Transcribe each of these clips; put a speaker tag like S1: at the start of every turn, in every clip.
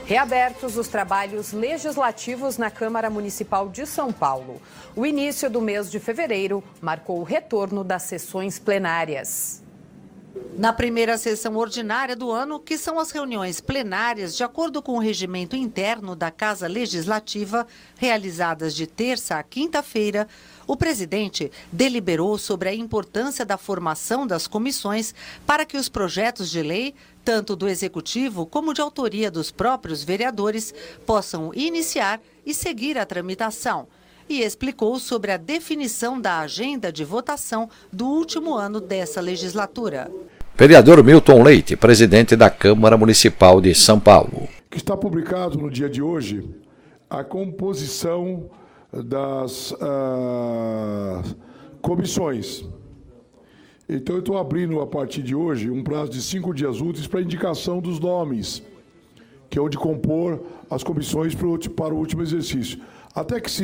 S1: Reabertos os trabalhos legislativos na Câmara Municipal de São Paulo. O início do mês de fevereiro marcou o retorno das sessões plenárias.
S2: Na primeira sessão ordinária do ano, que são as reuniões plenárias de acordo com o regimento interno da Casa Legislativa, realizadas de terça a quinta-feira, o presidente deliberou sobre a importância da formação das comissões para que os projetos de lei, tanto do Executivo como de autoria dos próprios vereadores, possam iniciar e seguir a tramitação. E explicou sobre a definição da agenda de votação do último ano dessa legislatura.
S3: Vereador Milton Leite, presidente da Câmara Municipal de São Paulo.
S4: Está publicado no dia de hoje a composição das comissões. Então, eu estou abrindo a partir de hoje um prazo de 5 dias úteis para indicação dos nomes, que é onde compor as comissões para o último exercício. Até que,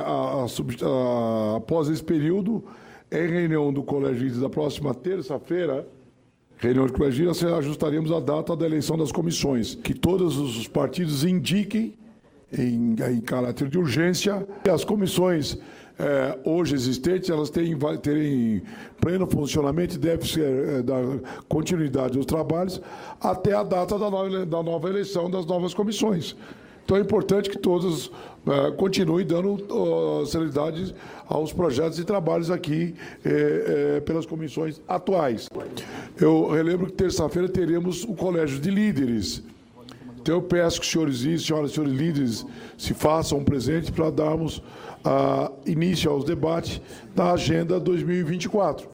S4: após esse período, em reunião do Colégio da próxima terça-feira, reunião do Colégio, ajustaremos a data da eleição das comissões, que todos os partidos indiquem, em caráter de urgência, as comissões hoje existentes, elas terem pleno funcionamento e deve ser dar continuidade aos trabalhos até a data da nova eleição das novas comissões. Então é importante que todos continuem dando celeridade aos projetos e trabalhos aqui pelas comissões atuais. Eu relembro que terça-feira teremos o Colégio de Líderes. Então eu peço que os senhores e senhoras e senhores líderes se façam um presente para darmos início aos debates da Agenda 2024.